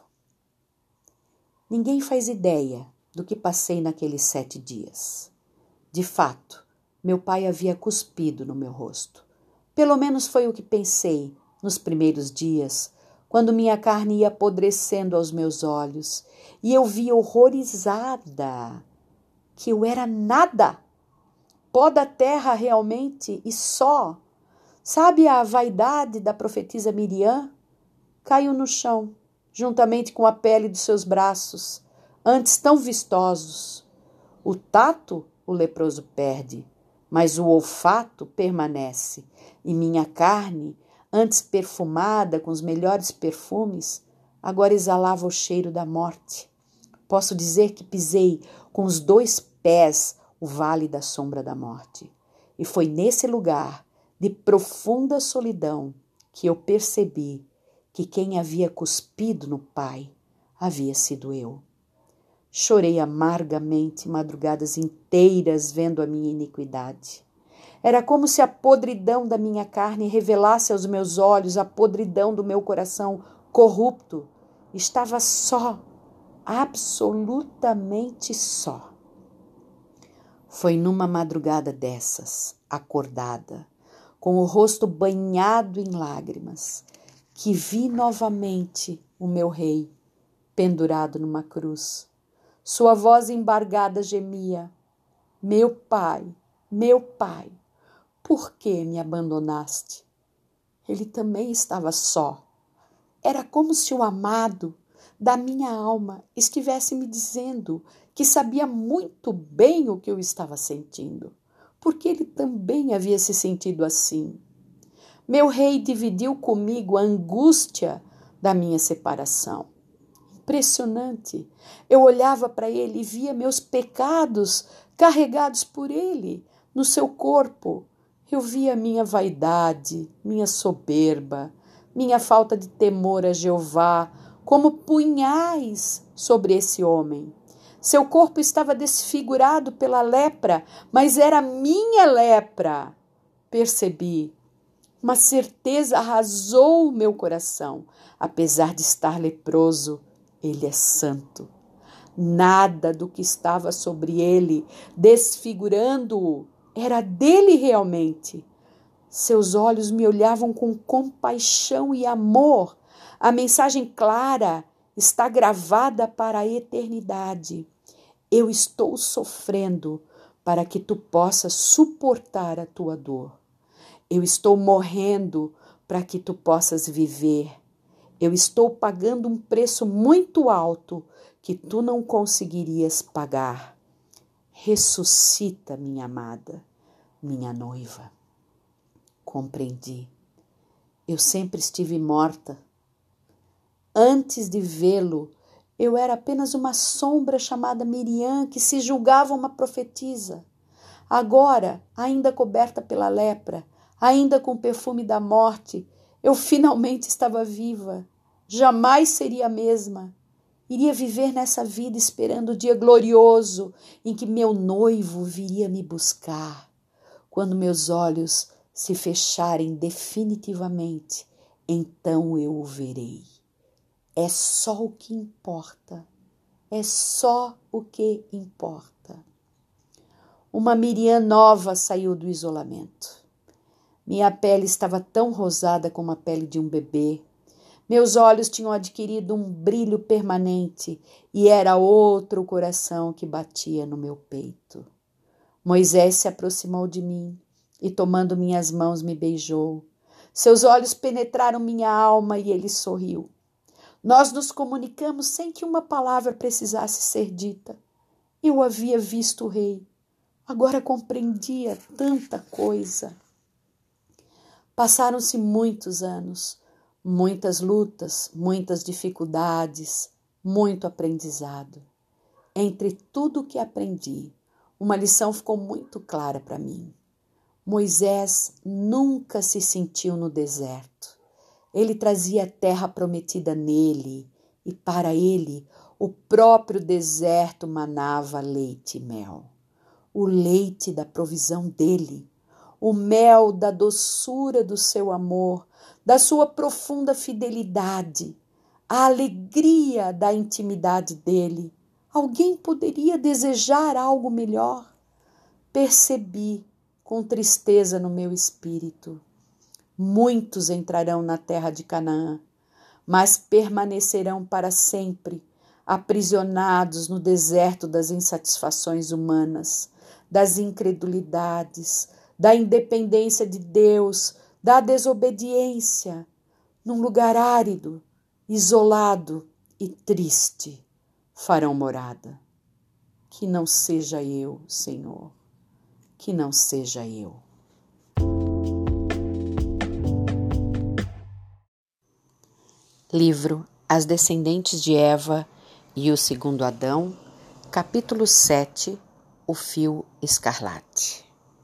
Ninguém faz ideia do que passei naqueles 7 dias. De fato, meu pai havia cuspido no meu rosto. Pelo menos foi o que pensei nos primeiros dias, quando minha carne ia apodrecendo aos meus olhos, e eu vi horrorizada que eu era nada, pó da terra realmente e só. Sabe a vaidade da profetisa Miriam? Caiu no chão, juntamente com a pele dos seus braços, antes tão vistosos. O tato o leproso perde, mas o olfato permanece, e minha carne, antes perfumada com os melhores perfumes, agora exalava o cheiro da morte. Posso dizer que pisei com os 2 pés o vale da sombra da morte. E foi nesse lugar de profunda solidão que eu percebi que quem havia cuspido no Pai havia sido eu. Chorei amargamente madrugadas inteiras vendo a minha iniquidade. Era como se a podridão da minha carne revelasse aos meus olhos a podridão do meu coração corrupto. Estava só, absolutamente só. Foi numa madrugada dessas, acordada, com o rosto banhado em lágrimas, que vi novamente o meu rei pendurado numa cruz. Sua voz embargada gemia: meu pai, por que me abandonaste? Ele também estava só. Era como se o amado da minha alma estivesse me dizendo que sabia muito bem o que eu estava sentindo, porque ele também havia se sentido assim. Meu rei dividiu comigo a angústia da minha separação. Impressionante! Eu olhava para ele e via meus pecados carregados por ele no seu corpo. Eu via minha vaidade, minha soberba, minha falta de temor a Jeová como punhais sobre esse homem. Seu corpo estava desfigurado pela lepra, mas era minha lepra. Percebi. Uma certeza arrasou o meu coração. Apesar de estar leproso, ele é santo. Nada do que estava sobre ele, desfigurando-o, era dele realmente. Seus olhos me olhavam com compaixão e amor. A mensagem clara está gravada para a eternidade. Eu estou sofrendo para que tu possas suportar a tua dor. Eu estou morrendo para que tu possas viver. Eu estou pagando um preço muito alto que tu não conseguirias pagar. Ressuscita, minha amada, minha noiva. Compreendi. Eu sempre estive morta. Antes de vê-lo, eu era apenas uma sombra chamada Miriam, que se julgava uma profetisa. Agora, ainda coberta pela lepra, ainda com o perfume da morte, eu finalmente estava viva. Jamais seria a mesma. Iria viver nessa vida esperando o dia glorioso em que meu noivo viria me buscar. Quando meus olhos se fecharem definitivamente, então eu o verei. É só o que importa. É só o que importa. Uma Miriam nova saiu do isolamento. Minha pele estava tão rosada como a pele de um bebê. Meus olhos tinham adquirido um brilho permanente e era outro coração que batia no meu peito. Moisés se aproximou de mim e, tomando minhas mãos, me beijou. Seus olhos penetraram minha alma e ele sorriu. Nós nos comunicamos sem que uma palavra precisasse ser dita. Eu havia visto o rei. Agora compreendia tanta coisa. Passaram-se muitos anos, muitas lutas, muitas dificuldades, muito aprendizado. Entre tudo o que aprendi, uma lição ficou muito clara para mim. Moisés nunca se sentiu no deserto. Ele trazia a terra prometida nele, e para ele o próprio deserto manava leite e mel. O leite da provisão dele, o mel da doçura do seu amor, da sua profunda fidelidade, a alegria da intimidade dele. Alguém poderia desejar algo melhor? Percebi com tristeza no meu espírito. Muitos entrarão na terra de Canaã, mas permanecerão para sempre, aprisionados no deserto das insatisfações humanas, das incredulidades, da independência de Deus, da desobediência, num lugar árido, isolado e triste, farão morada. Que não seja eu, Senhor, que não seja eu. Livro As Descendentes de Eva e o Segundo Adão, capítulo 7, O Fio Escarlate.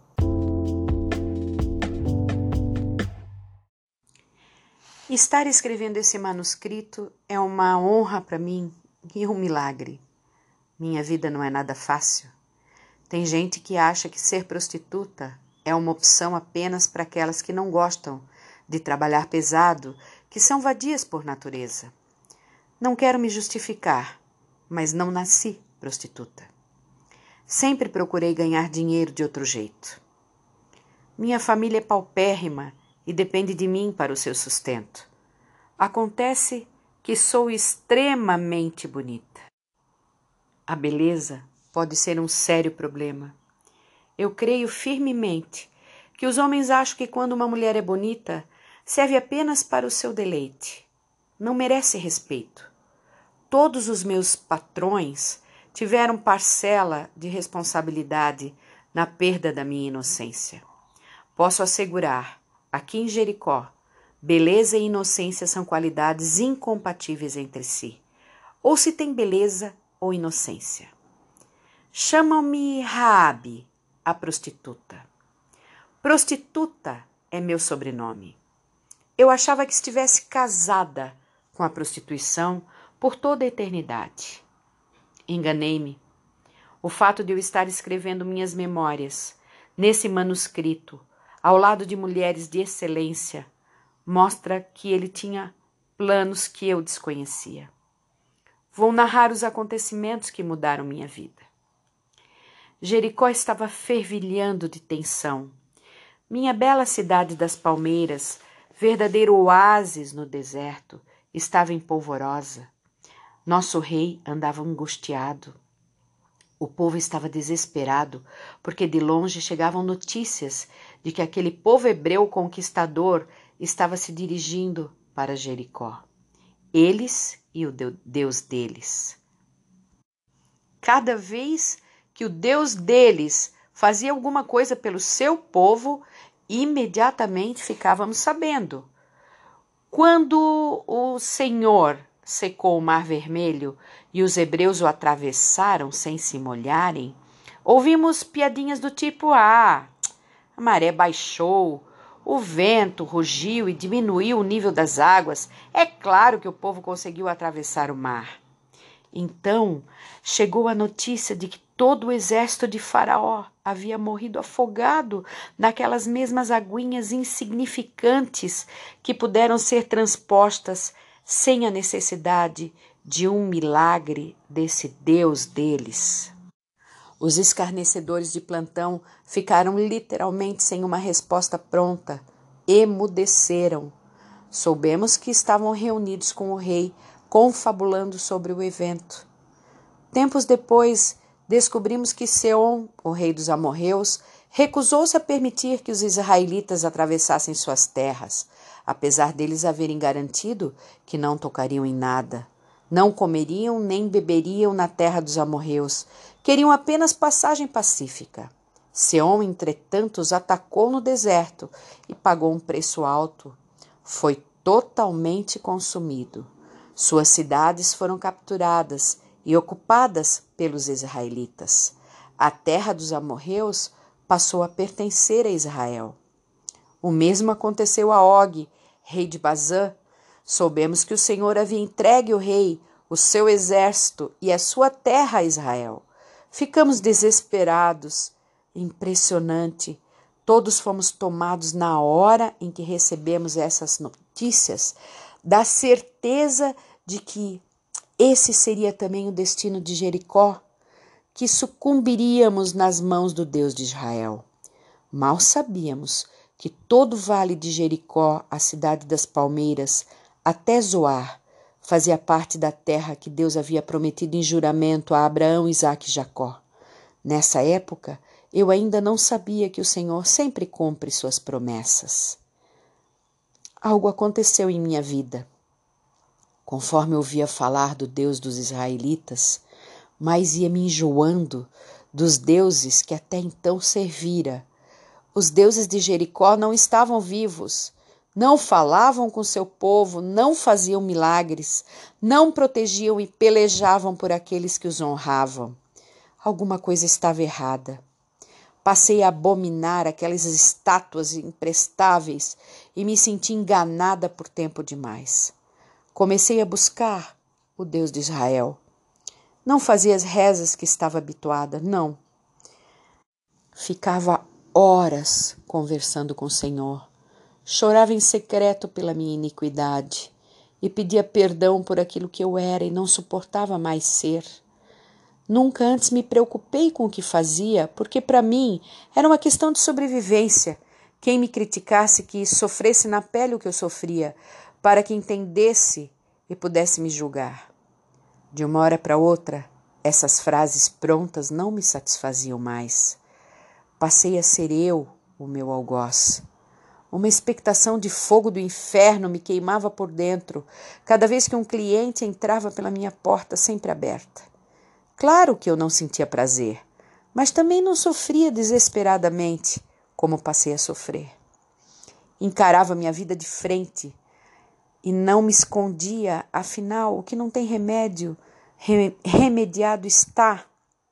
Estar escrevendo esse manuscrito é uma honra para mim e um milagre. Minha vida não é nada fácil. Tem gente que acha que ser prostituta é uma opção apenas para aquelas que não gostam de trabalhar pesado, que são vadias por natureza. Não quero me justificar, mas não nasci prostituta. Sempre procurei ganhar dinheiro de outro jeito. Minha família é paupérrima e depende de mim para o seu sustento. Acontece que sou extremamente bonita. A beleza pode ser um sério problema. Eu creio firmemente que os homens acham que quando uma mulher é bonita, serve apenas para o seu deleite. Não merece respeito. Todos os meus patrões tiveram parcela de responsabilidade na perda da minha inocência. Posso assegurar, aqui em Jericó, beleza e inocência são qualidades incompatíveis entre si. Ou se tem beleza ou inocência. Chamam-me Raabe, a prostituta. Prostituta é meu sobrenome. Eu achava que estivesse casada com a prostituição por toda a eternidade. Enganei-me. O fato de eu estar escrevendo minhas memórias nesse manuscrito, ao lado de mulheres de excelência, mostra que ele tinha planos que eu desconhecia. Vou narrar os acontecimentos que mudaram minha vida. Jericó estava fervilhando de tensão. Minha bela cidade das palmeiras, verdadeiro oásis no deserto, estava em polvorosa. Nosso rei andava angustiado. O povo estava desesperado, porque de longe chegavam notícias de que aquele povo hebreu conquistador estava se dirigindo para Jericó. Eles e o Deus deles. Cada vez que o Deus deles fazia alguma coisa pelo seu povo, imediatamente ficávamos sabendo. Quando o Senhor secou o Mar Vermelho e os hebreus o atravessaram sem se molharem, ouvimos piadinhas do tipo: a maré baixou, o vento rugiu e diminuiu o nível das águas. É claro que o povo conseguiu atravessar o mar. Então chegou a notícia de que todo o exército de Faraó havia morrido afogado naquelas mesmas aguinhas insignificantes que puderam ser transpostas sem a necessidade de um milagre desse Deus deles. Os escarnecedores de plantão ficaram literalmente sem uma resposta pronta, emudeceram. Soubemos que estavam reunidos com o rei, confabulando sobre o evento. Tempos depois, descobrimos que Seom, o rei dos amorreus, recusou-se a permitir que os israelitas atravessassem suas terras, apesar deles haverem garantido que não tocariam em nada. Não comeriam nem beberiam na terra dos amorreus, queriam apenas passagem pacífica. Seom, entretanto, os atacou no deserto e pagou um preço alto. Foi totalmente consumido. Suas cidades foram capturadas e ocupadas pelos israelitas. A terra dos amorreus passou a pertencer a Israel. O mesmo aconteceu a Og, rei de Bazã. Soubemos que o Senhor havia entregue o rei, o seu exército e a sua terra a Israel. Ficamos desesperados. Impressionante. Todos fomos tomados na hora em que recebemos essas notícias, da certeza de que esse seria também o destino de Jericó, que sucumbiríamos nas mãos do Deus de Israel. Mal sabíamos que todo o vale de Jericó, a cidade das palmeiras, até Zoar, fazia parte da terra que Deus havia prometido em juramento a Abraão, Isaque e Jacó. Nessa época, eu ainda não sabia que o Senhor sempre cumpre suas promessas. Algo aconteceu em minha vida. Conforme ouvia falar do Deus dos israelitas, mais ia me enjoando dos deuses que até então servira. Os deuses de Jericó não estavam vivos, não falavam com seu povo, não faziam milagres, não protegiam e pelejavam por aqueles que os honravam. Alguma coisa estava errada. Passei a abominar aquelas estátuas imprestáveis e me senti enganada por tempo demais. Comecei a buscar o Deus de Israel. Não fazia as rezas que estava habituada, não. Ficava horas conversando com o Senhor. Chorava em secreto pela minha iniquidade e pedia perdão por aquilo que eu era e não suportava mais ser. Nunca antes me preocupei com o que fazia, porque para mim era uma questão de sobrevivência. Quem me criticasse que sofresse na pele o que eu sofria, para que entendesse e pudesse me julgar. De uma hora para outra, essas frases prontas não me satisfaziam mais. Passei a ser eu o meu algoz. Uma expectação de fogo do inferno me queimava por dentro, cada vez que um cliente entrava pela minha porta sempre aberta. Claro que eu não sentia prazer, mas também não sofria desesperadamente, como passei a sofrer. Encarava minha vida de frente e não me escondia, afinal, o que não tem remédio, remediado está.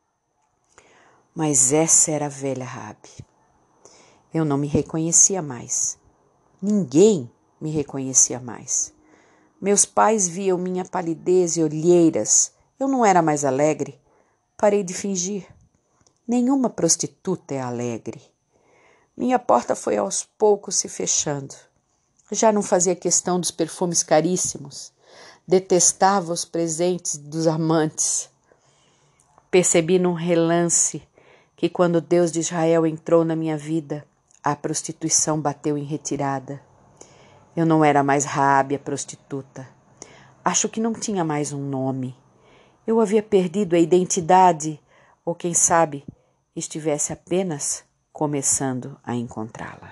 Mas essa era a velha Rabi. Eu não me reconhecia mais. Ninguém me reconhecia mais. Meus pais viam minha palidez e olheiras. Eu não era mais alegre. Parei de fingir. Nenhuma prostituta é alegre. Minha porta foi aos poucos se fechando. Já não fazia questão dos perfumes caríssimos. Detestava os presentes dos amantes. Percebi num relance que quando o Deus de Israel entrou na minha vida, a prostituição bateu em retirada. Eu não era mais Raabe a prostituta. Acho que não tinha mais um nome. Eu havia perdido a identidade, ou quem sabe, estivesse apenas começando a encontrá-la.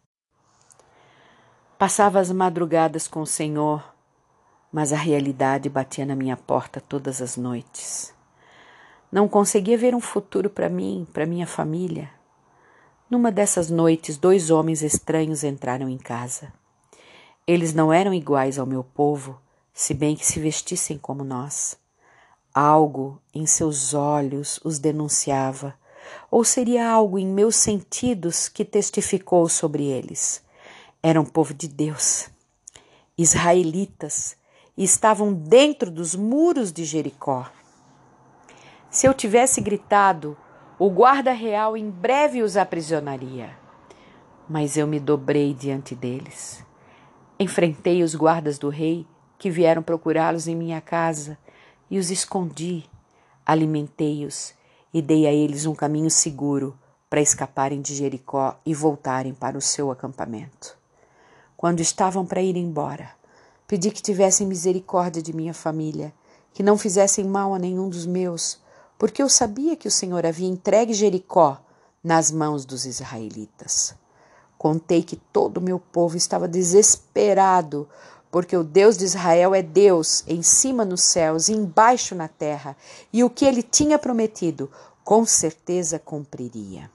Passava as madrugadas com o Senhor, mas a realidade batia na minha porta todas as noites. Não conseguia ver um futuro para mim, para minha família. Numa dessas noites, 2 homens estranhos entraram em casa. Eles não eram iguais ao meu povo, se bem que se vestissem como nós. Algo em seus olhos os denunciava, ou seria algo em meus sentidos que testificou sobre eles. Eram povo de Deus, israelitas, e estavam dentro dos muros de Jericó. Se eu tivesse gritado, o guarda real em breve os aprisionaria. Mas eu me dobrei diante deles. Enfrentei os guardas do rei, que vieram procurá-los em minha casa, e os escondi, alimentei-os e dei a eles um caminho seguro para escaparem de Jericó e voltarem para o seu acampamento. Quando estavam para ir embora, pedi que tivessem misericórdia de minha família, que não fizessem mal a nenhum dos meus, porque eu sabia que o Senhor havia entregue Jericó nas mãos dos israelitas. Contei que todo o meu povo estava desesperado, porque o Deus de Israel é Deus em cima nos céus e embaixo na terra, e o que ele tinha prometido, com certeza cumpriria.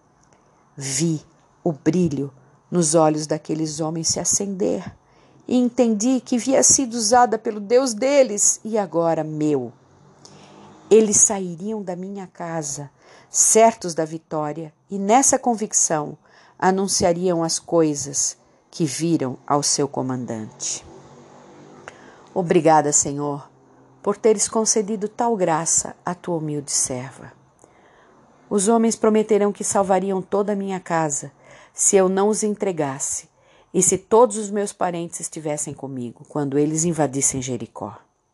Vi o brilho nos olhos daqueles homens se acender, e entendi que havia sido usada pelo Deus deles e agora meu. Eles sairiam da minha casa, certos da vitória, e nessa convicção anunciariam as coisas que viram ao seu comandante. Obrigada, Senhor, por teres concedido tal graça à tua humilde serva. Os homens prometerão que salvariam toda a minha casa, se eu não os entregasse, e se todos os meus parentes estivessem comigo, quando eles invadissem Jericó.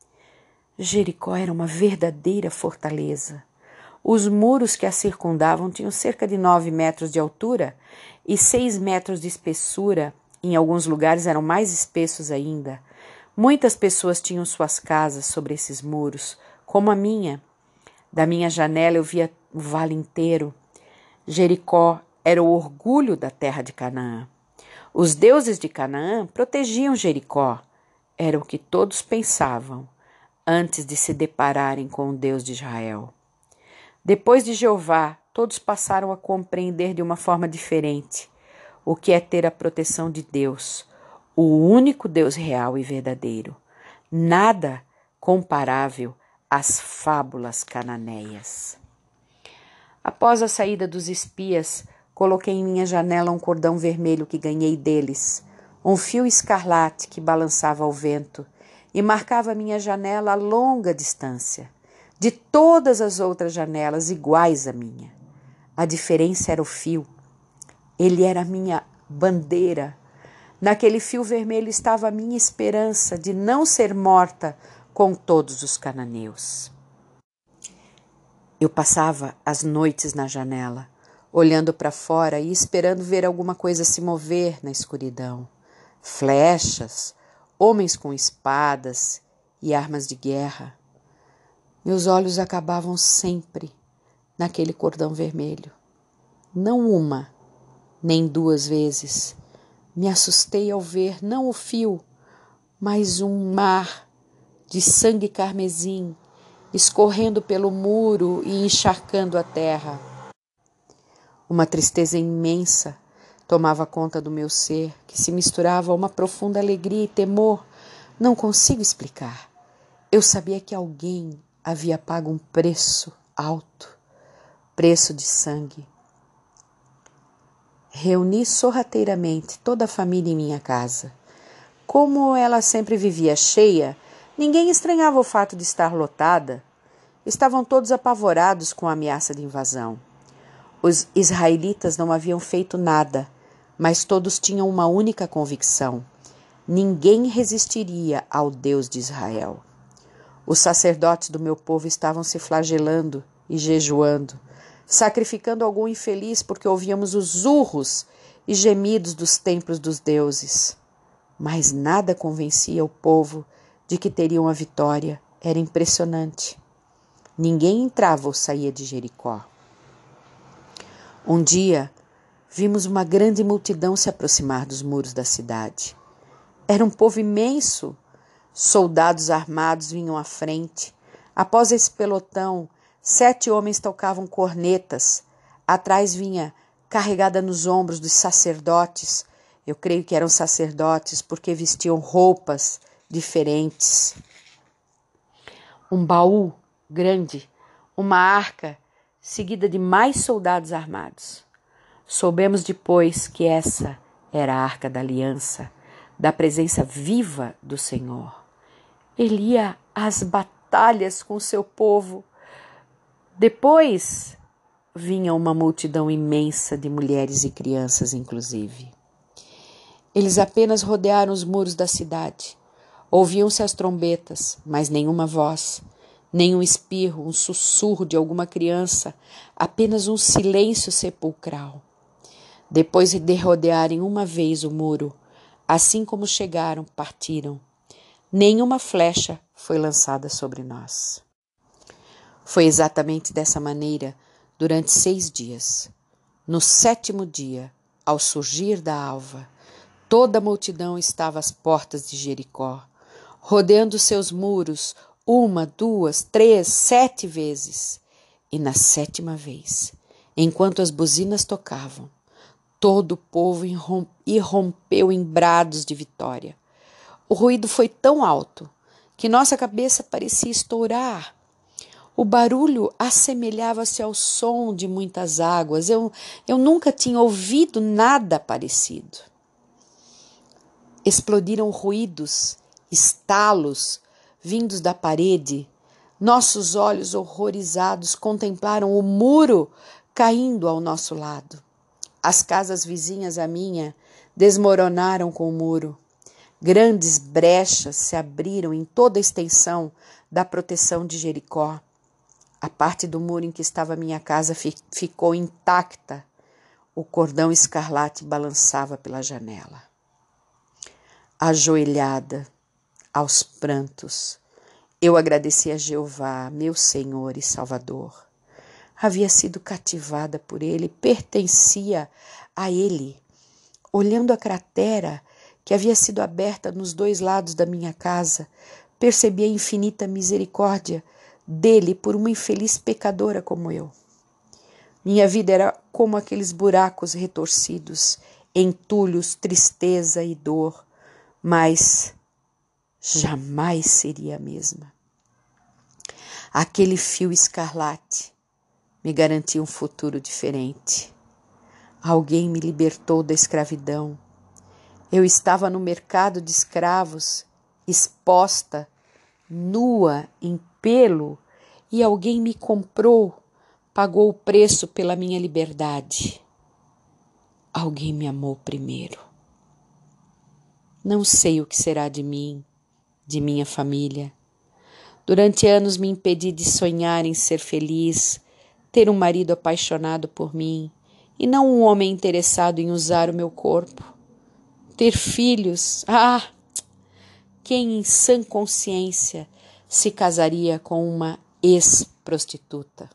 Jericó era uma verdadeira fortaleza. Os muros que a circundavam tinham cerca de 9 metros de altura e 6 metros de espessura. Em alguns lugares eram mais espessos ainda. Muitas pessoas tinham suas casas sobre esses muros, como a minha. Da minha janela eu via o vale inteiro. Jericó era o orgulho da terra de Canaã. Os deuses de Canaã protegiam Jericó. Era o que todos pensavam antes de se depararem com o Deus de Israel. Depois de Jeová, todos passaram a compreender de uma forma diferente o que é ter a proteção de Deus, o único Deus real e verdadeiro. Nada comparável às fábulas cananeias. Após a saída dos espias, coloquei em minha janela um cordão vermelho que ganhei deles, um fio escarlate que balançava ao vento e marcava minha janela a longa distância de todas as outras janelas iguais à minha. A diferença era o fio. Ele era a minha bandeira. Naquele fio vermelho estava a minha esperança de não ser morta com todos os cananeus. Eu passava as noites na janela, olhando para fora e esperando ver alguma coisa se mover na escuridão. Flechas, homens com espadas e armas de guerra. Meus olhos acabavam sempre naquele cordão vermelho. Não uma, nem 2 vezes, Me assustei ao ver não o fio, mas um mar de sangue carmesim escorrendo pelo muro e encharcando a terra. Uma tristeza imensa tomava conta do meu ser, que se misturava a uma profunda alegria e temor. Não consigo explicar. Eu sabia que alguém havia pago um preço alto, preço de sangue. Reuni sorrateiramente toda a família em minha casa. Como ela sempre vivia cheia, ninguém estranhava o fato de estar lotada. Estavam todos apavorados com a ameaça de invasão. Os israelitas não haviam feito nada, mas todos tinham uma única convicção: ninguém resistiria ao Deus de Israel. Os sacerdotes do meu povo estavam se flagelando e jejuando, sacrificando algum infeliz porque ouvíamos os urros e gemidos dos templos dos deuses. Mas nada convencia o povo de que teriam a vitória. Era impressionante. Ninguém entrava ou saía de Jericó. Um dia, vimos uma grande multidão se aproximar dos muros da cidade. Era um povo imenso. Soldados armados vinham à frente. Após esse pelotão, 7 homens tocavam cornetas. Atrás vinha, carregada nos ombros dos sacerdotes. Eu creio que eram sacerdotes porque vestiam roupas diferentes. Um baú grande, uma arca, seguida de mais soldados armados. Soubemos depois que essa era a Arca da Aliança, da presença viva do Senhor. Ele ia às batalhas com seu povo. Depois vinha uma multidão imensa de mulheres e crianças, inclusive. Eles apenas rodearam os muros da cidade. Ouviam-se as trombetas, mas nenhuma voz, nenhum espirro, um sussurro de alguma criança, apenas um silêncio sepulcral. Depois de rodearem uma vez o muro, assim como chegaram, partiram. Nenhuma flecha foi lançada sobre nós. Foi exatamente dessa maneira durante 6 dias. No 7º dia, ao surgir da alva, toda a multidão estava às portas de Jericó, rodeando seus muros 1, 2, 3, 7 vezes. E na 7ª vez, enquanto as buzinas tocavam, todo o povo irrompeu em brados de vitória. O ruído foi tão alto que nossa cabeça parecia estourar. O barulho assemelhava-se ao som de muitas águas. Eu nunca tinha ouvido nada parecido. Explodiram ruídos, estalos, vindos da parede. Nossos olhos horrorizados contemplaram o muro caindo ao nosso lado. As casas vizinhas à minha desmoronaram com o muro. Grandes brechas se abriram em toda a extensão da proteção de Jericó. A parte do muro em que estava minha casa ficou intacta. O cordão escarlate balançava pela janela. Ajoelhada, aos prantos, eu agradeci a Jeová, meu Senhor e Salvador. Havia sido cativada por ele, pertencia a ele. Olhando a cratera que havia sido aberta nos 2 lados da minha casa, percebi a infinita misericórdia dele por uma infeliz pecadora como eu. Minha vida era como aqueles buracos retorcidos, entulhos, tristeza e dor, mas jamais seria a mesma. Aquele fio escarlate me garantia um futuro diferente. Alguém me libertou da escravidão. Eu estava no mercado de escravos, exposta, nua, em pelo, e alguém me comprou, pagou o preço pela minha liberdade. Alguém me amou primeiro. Não sei o que será de mim, de minha família. Durante anos me impedi de sonhar em ser feliz, ter um marido apaixonado por mim, e não um homem interessado em usar o meu corpo. Ter filhos, quem em sã consciência se casaria com uma ex-prostituta?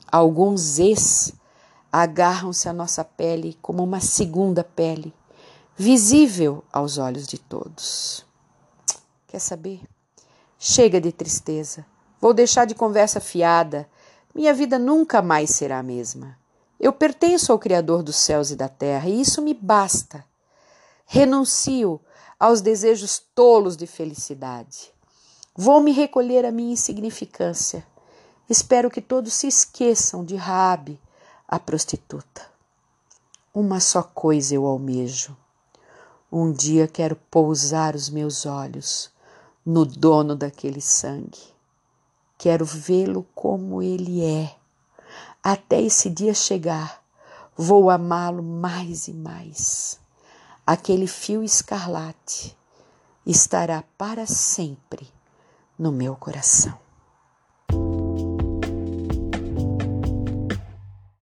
Alguns ex agarram-se à nossa pele como uma segunda pele, visível aos olhos de todos. Quer saber? Chega de tristeza. Vou deixar de conversa fiada. Minha vida nunca mais será a mesma. Eu pertenço ao Criador dos céus e da terra, e isso me basta. Renuncio aos desejos tolos de felicidade. Vou me recolher à minha insignificância. Espero que todos se esqueçam de Raabe, a prostituta. Uma só coisa eu almejo. Um dia quero pousar os meus olhos no dono daquele sangue. Quero vê-lo como ele é. Até esse dia chegar, vou amá-lo mais e mais. Aquele fio escarlate estará para sempre no meu coração.